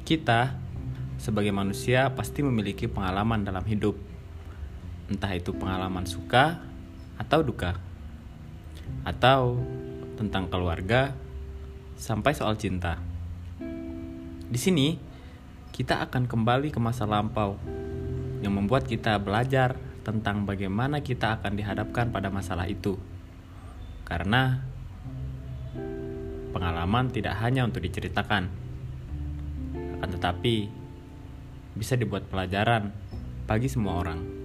Kita, sebagai manusia, pasti memiliki pengalaman dalam hidup. Entah itu pengalaman suka atau duka, atau tentang keluarga, sampai soal cinta. Di sini, kita akan kembali ke masa lampau yang membuat kita belajar tentang bagaimana kita akan dihadapkan pada masalah itu. Karena pengalaman tidak hanya untuk diceritakan, akan tetapi bisa dibuat pelajaran bagi semua orang.